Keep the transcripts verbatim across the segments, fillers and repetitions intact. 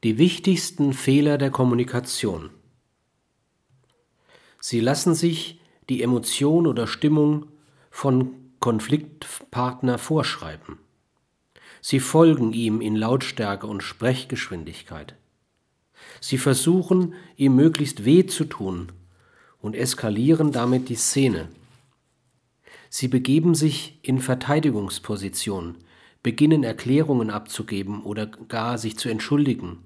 Die wichtigsten Fehler der Kommunikation. Sie lassen sich die Emotion oder Stimmung von Konfliktpartner vorschreiben. Sie folgen ihm in Lautstärke und Sprechgeschwindigkeit. Sie versuchen, ihm möglichst weh zu tun und eskalieren damit die Szene. Sie begeben sich in Verteidigungsposition, beginnen Erklärungen abzugeben oder gar sich zu entschuldigen.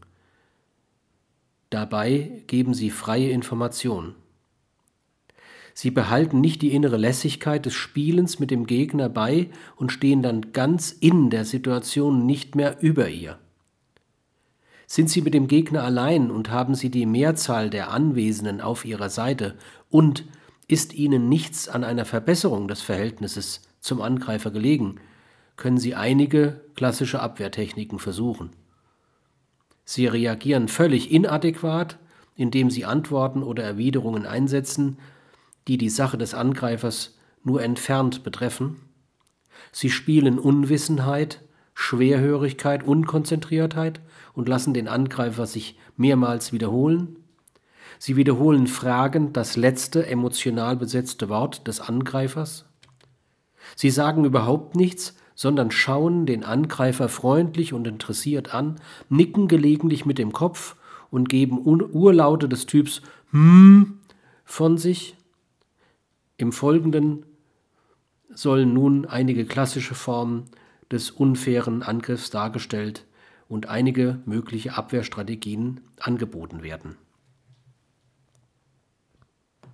Dabei geben sie freie Information. Sie behalten nicht die innere Lässigkeit des Spielens mit dem Gegner bei und stehen dann ganz in der Situation nicht mehr über ihr. Sind Sie mit dem Gegner allein und haben Sie die Mehrzahl der Anwesenden auf Ihrer Seite und ist Ihnen nichts an einer Verbesserung des Verhältnisses zum Angreifer gelegen, können Sie einige klassische Abwehrtechniken versuchen. Sie reagieren völlig inadäquat, indem Sie Antworten oder Erwiderungen einsetzen, die die Sache des Angreifers nur entfernt betreffen. Sie spielen Unwissenheit, Schwerhörigkeit, Unkonzentriertheit und lassen den Angreifer sich mehrmals wiederholen. Sie wiederholen fragend das letzte emotional besetzte Wort des Angreifers. Sie sagen überhaupt nichts, sondern schauen den Angreifer freundlich und interessiert an, nicken gelegentlich mit dem Kopf und geben Urlaute des Typs hm von sich. Im Folgenden sollen nun einige klassische Formen des unfairen Angriffs dargestellt und einige mögliche Abwehrstrategien angeboten werden.